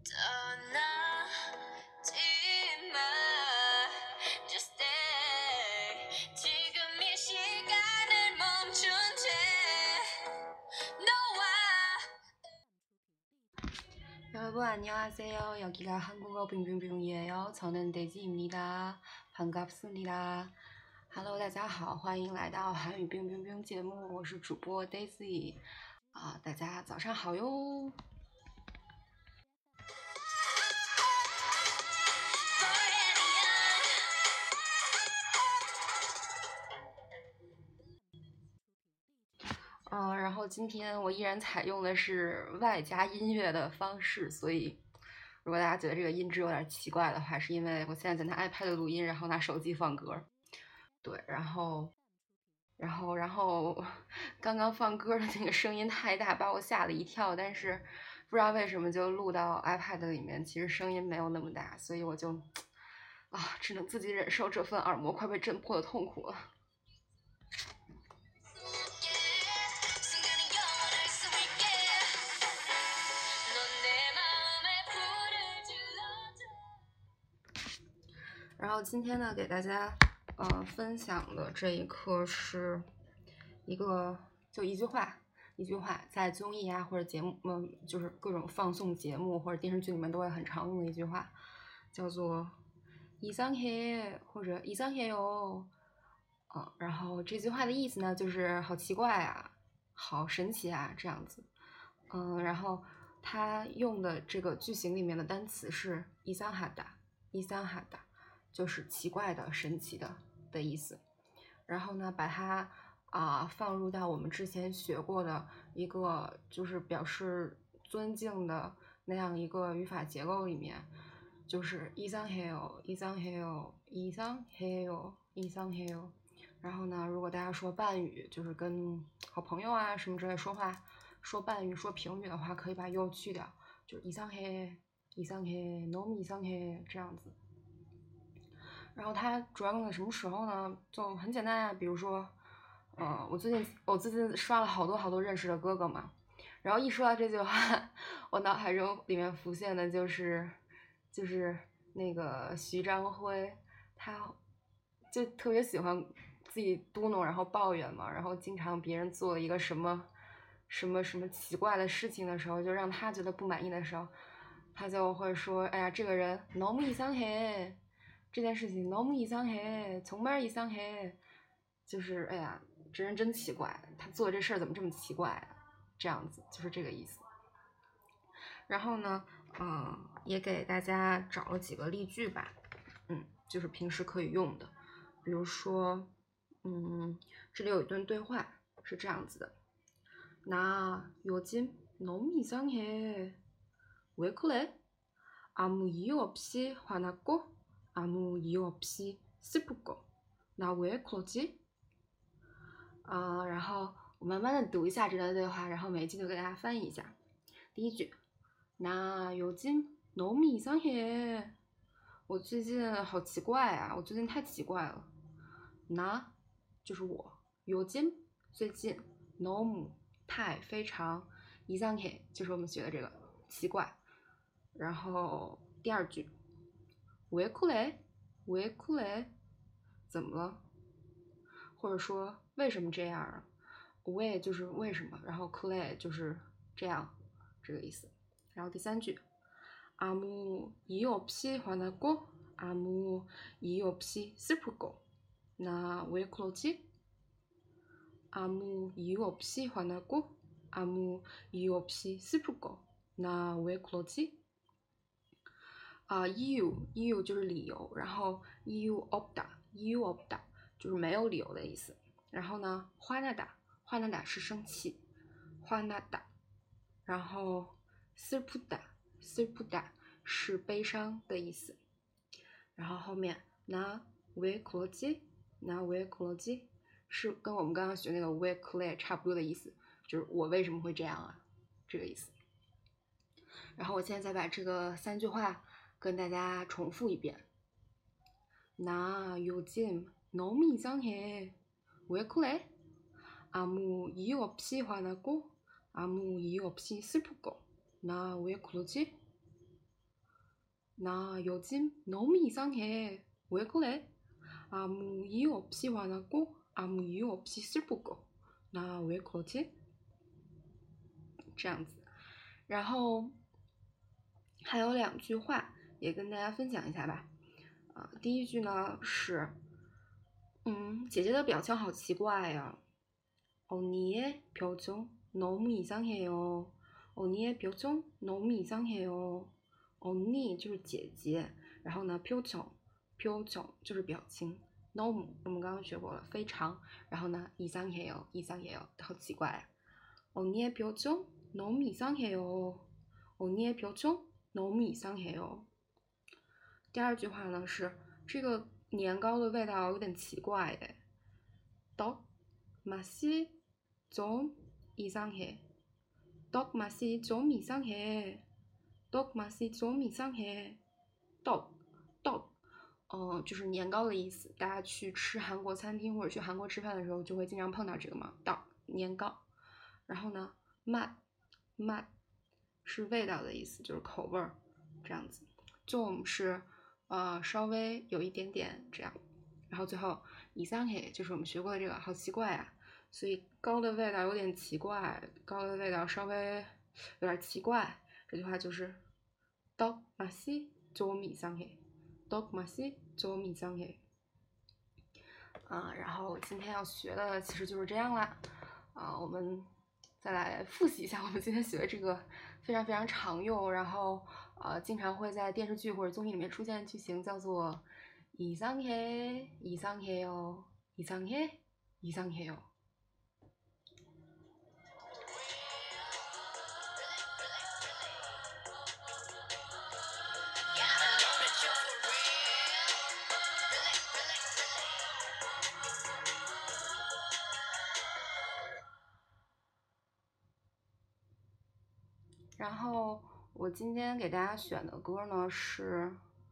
떠나지마 Just stay 지금 이 시간을 멈춘 채 너와 여러분 안녕하세요. 여기가 한국어 빙빙빙이에요. 저는 데이지입니다. 반갑습니다. Hello， 大家好，欢迎来到韩语冰冰冰节目，我是主播 Daisy 大家早上好哟。然后今天我依然采用的是外加音乐的方式，所以如果大家觉得这个音质有点奇怪的话，是因为我现在在拿 iPad 录音，然后拿手机放歌。对，然后刚刚放歌的那个声音太大，把我吓了一跳，但是不知道为什么就录到 iPad 里面，其实声音没有那么大，所以我就只能自己忍受这份耳膜快被震破的痛苦了。然后今天呢，给大家分享的这一课是一句话，在综艺啊或者节目，就是各种放送节目或者电视剧里面都会很常用的一句话，叫做이상해或者이상해요。然后这句话的意思呢，就是好奇怪啊，好神奇啊这样子。然后它用的这个句型里面的单词是이상하다，就是奇怪的、神奇的意思。然后呢，把它放入到我们之前学过的一个就是表示尊敬的那样一个语法结构里面，就是이상해요。然后呢，如果大家说伴语，就是跟好朋友啊什么之类说话，说伴语、说评语的话，可以把又去掉，就是이상해，너무 이상해这样子。然后它主要用在什么时候呢？就很简单啊，比如说，我最近刷了好多认识的哥哥嘛，然后一说到这句话，我脑海中里面浮现的就是那个徐章辉，他就特别喜欢自己嘟囔，然后抱怨嘛，然后经常别人做了一个什么奇怪的事情的时候，就让他觉得不满意的时候，他就会说：“哎呀，这个人너무 이상해。”这件事情너무 이상해，정말 이상해，就是哎呀，这人真奇怪，他做这事儿怎么这么奇怪啊？这样子就是这个意思。然后呢，也给大家找了几个例句吧，就是平时可以用的，比如说，这里有一段对话是这样子的：나요즘너무 이상해，왜 그래？아무 이유 없이 화났고 아무 이유 없이 슬프고 나 왜 그러지？然后我慢慢的读一下这段对话，然后每一句都给大家翻译一下。第一句，나요즘너무 이상해，我最近好奇怪啊，我最近太奇怪了。나就是我，요즘最近，너무太非常，이상해就是我们学的这个奇怪。然后第二句，왜 그래？怎么了？或者说为什么这样啊？왜就是为什么，然后그래就是这样，这个意思。然后第三句，아무 이유 없이 화나고 아무 이유 없이 슬프고 나 왜 그러지？ 아무 이유 없이 화나고 아무 이유 없이 슬프고 나 왜 그러지？이유就是理由，然后이유 없다就是没有理由的意思。然后呢，화나다是生气，화나다。然后슬프다是悲伤的意思。然后后面나 왜 그러지是跟我们刚刚学那个왜 그래差不多的意思，就是我为什么会这样啊，这个意思。然后我现在再把这个三句话跟大家重复一遍。나 요즘 너무 이상해. 왜 그래? 아무 이유 없이 화나고 아무 이유 없이 슬프고 나 왜 그러지? 나 요즘 너무 이상해. 왜 그래? 아무 이유 없이 화나고 아무 이유 없이 슬프고 나 왜 그러지? 这样子。然后还有2句话也跟大家分享一下吧。第一句呢是，姐姐的表情好奇怪呀。언니의 표정 너무 이상해요. 언니의 표정 너무 이상해요. 언니就是姐姐，然后呢，표정就是表情，너무我们刚刚学过了，非常，然后呢，이상해요，好奇怪。언니의 표정 너무 이상해요. 언니의 표정 너무 이상해요. 第二句话呢是这个年糕的味道有点奇怪哎。떡 맛이 좀 이상해. 떡 맛이 좀 이상해. 떡 맛이 좀 이상해. 떡，就是年糕的意思。大家去吃韩国餐厅或者去韩国吃饭的时候，就会经常碰到这个嘛，떡年糕。然后呢，맛是味道的意思，就是口味儿这样子。좀是稍微有一点点这样。然后最后이상해就是我们学过的这个好奇怪啊，所以糕的味道有点奇怪，糕的味道稍微有点奇怪。这句话就是떡 맛이 좀 이상해. 떡 맛이 좀 이상해. 然后今天要学的其实就是这样啦。我们再来复习一下我们今天学的这个非常非常常用，然后经常会在电视剧或者综艺里面出现的句型，叫做이상해 이상해요 이상해 이상해요。然后我今天给大家选的歌呢是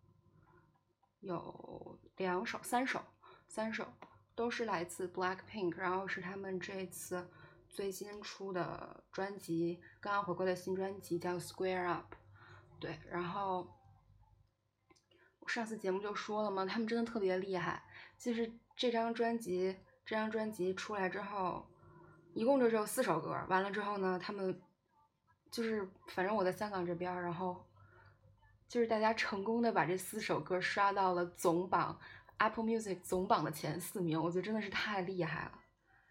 有三首都是来自 BLACKPINK， 然后是他们这次最新出的专辑，刚刚回归的新专辑叫 Square Up。 对，然后我上次节目就说了嘛，他们真的特别厉害。其实这张专辑出来之后，一共就只有4首歌，完了之后呢，他们就是反正我在香港这边，然后就是大家成功的把这4首歌刷到了总榜 Apple Music 总榜的前4名，我觉得真的是太厉害了。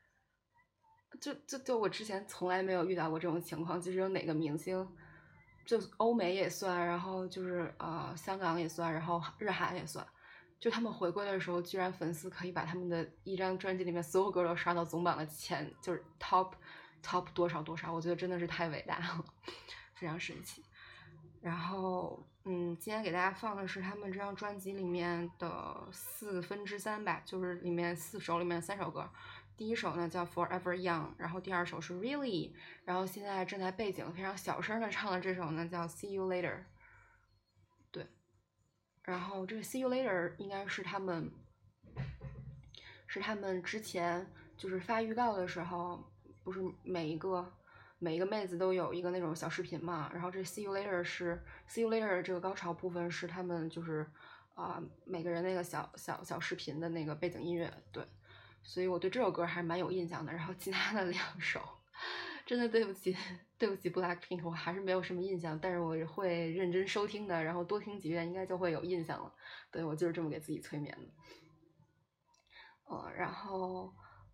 就我之前从来没有遇到过这种情况，就是有哪个明星，就欧美也算，然后就是香港也算，然后日韩也算，就他们回归的时候，居然粉丝可以把他们的一张专辑里面所有歌都刷到总榜的前，就是 top 多少，我觉得真的是太伟大了，非常神奇。然后今天给大家放的是他们这张专辑里面的3/4吧，就是里面4首里面3首歌。第一首呢叫 Forever Young， 然后第2首是 Really， 然后现在正在背景非常小声的唱的这首呢叫 See You Later。 对，然后这个 See You Later 应该是他们之前就是发预告的时候，不是每一个妹子都有一个那种小视频嘛，然后这 See You Later 这个高潮部分是他们就是每个人那个小视频的那个背景音乐。对，所以我对这首歌还蛮有印象的。然后其他的2首真的对不起 BLACKPINK， 我还是没有什么印象，但是我会认真收听的，然后多听几遍应该就会有印象了。对，我就是这么给自己催眠的。然后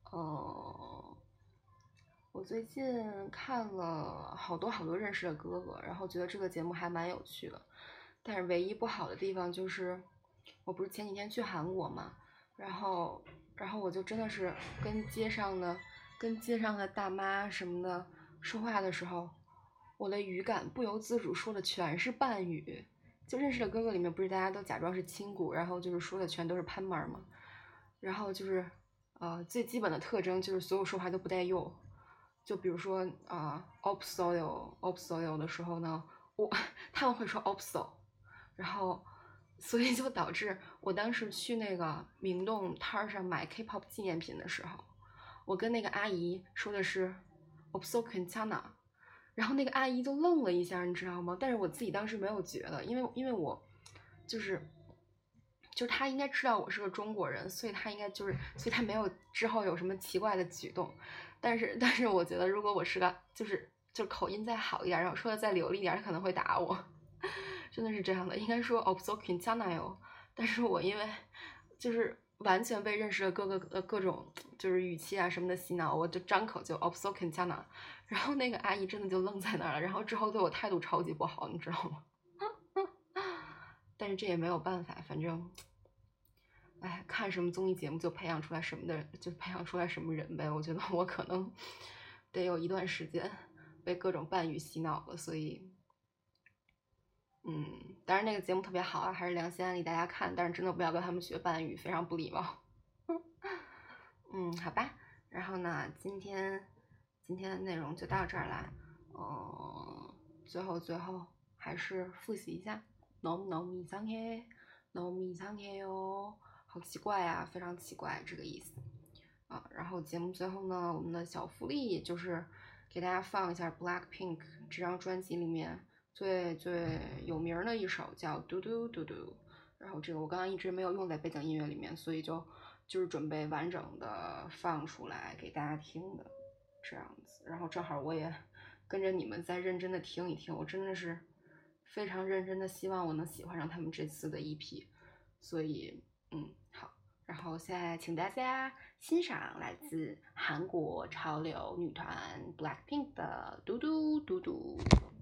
我最近看了好多认识的哥哥，然后觉得这个节目还蛮有趣的，但是唯一不好的地方就是我不是前几天去韩国嘛，然后我就真的是跟街上的大妈什么的说话的时候，我的语感不由自主说的全是半语。就认识的哥哥里面不是大家都假装是亲骨，然后就是说的全都是潘门嘛，然后就是最基本的特征就是所有说话都不带用。就比如说opsoil 的时候呢，他们会说 opso， 然后所以就导致我当时去那个明洞摊上买 K-pop 纪念品的时候，我跟那个阿姨说的是 opso 괜찮아， 然后那个阿姨就愣了一下，你知道吗？但是我自己当时没有觉得，因为我就是他应该知道我是个中国人，所以他应该所以他没有之后有什么奇怪的举动。但是我觉得如果我是个就口音再好一点，然后说的再流利一点，他可能会打我。真的是这样的，应该说 obsokinjanayo， 但是我因为就是完全被认识的各种就是语气啊什么的洗脑，我就张口就 obsokinjana， 然后那个阿姨真的就愣在那儿了，然后之后对我态度超级不好，你知道吗？但是这也没有办法，反正，哎，看什么综艺节目就培养出来什么人呗。我觉得我可能得有一段时间被各种伴语洗脑了，所以。当然那个节目特别好啊，还是良心安利大家看，但是真的不要跟他们学伴语，非常不礼貌。好吧，然后呢，今天的内容就到这儿啦。最后还是复习一下，너무 이상해哟，好奇怪啊，非常奇怪这个意思啊。然后节目最后呢，我们的小福利就是给大家放一下 BLACKPINK 这张专辑里面最有名的一首叫嘟嘟嘟嘟，然后这个我刚刚一直没有用在背景音乐里面，所以就是准备完整的放出来给大家听的这样子。然后正好我也跟着你们再认真的听一听，我真的是非常认真的希望我能喜欢上他们这次的 EP， 所以好，然后现在请大家欣赏来自韩国潮流女团 BLACKPINK 的嘟嘟嘟嘟。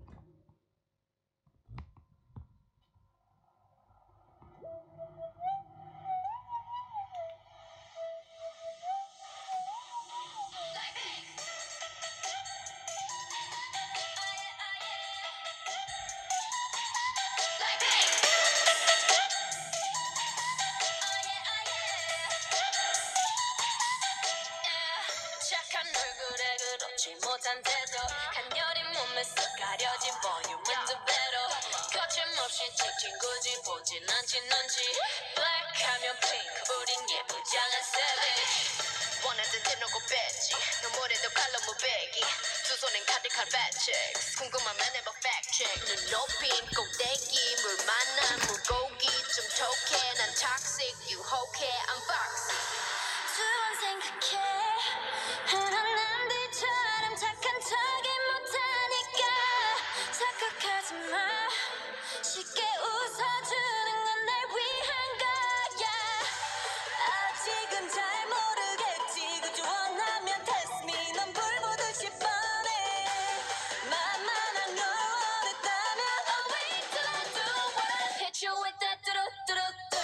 원하던 대놓고 뺐지 너무래도 칼로 무배기 두 손엔 카드칼 배치ks 궁금하면 해봐 팩트체크 눈 높인 꼭대기 물 만난 물고기 좀 톡해 난 toxic 유혹해 I'm foxy 두 번 생각해 흔한 남들처럼 착한 척이 못하니까 착각하지 마 쉽게 웃어주는 건 날 위한 거야 아직은 잘 모르겠지 그저 원하면 test me 넌 불보듯이 뻔해 만만한 널 원했다면 I'll wait till I do what I hit you with that do-do-do-do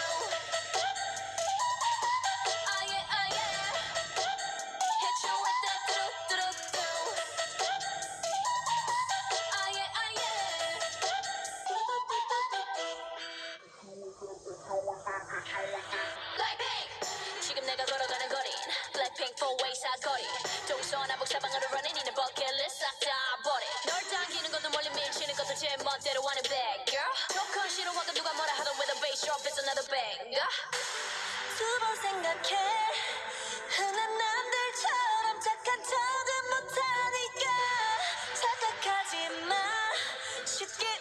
Ah yeah, ah yeah Hit you with that do-do-do-do Ah yeah, ah yeah Blackpink 지금 내가 걸어가는 거린 Blackpink 4-way 사거리 동서남북 사방으로 running 이는 버킷리스트 싹 다 버린 널 당기는 것도 멀리 미치는 것도 제 멋대로 하는 bad girl 조금 싫어하고 누가 뭐라 하던 with a bass drop it's another banger 두 번 생각해 흔한 남들처럼 착한 척은 못하니까 착각하지 마 쉽게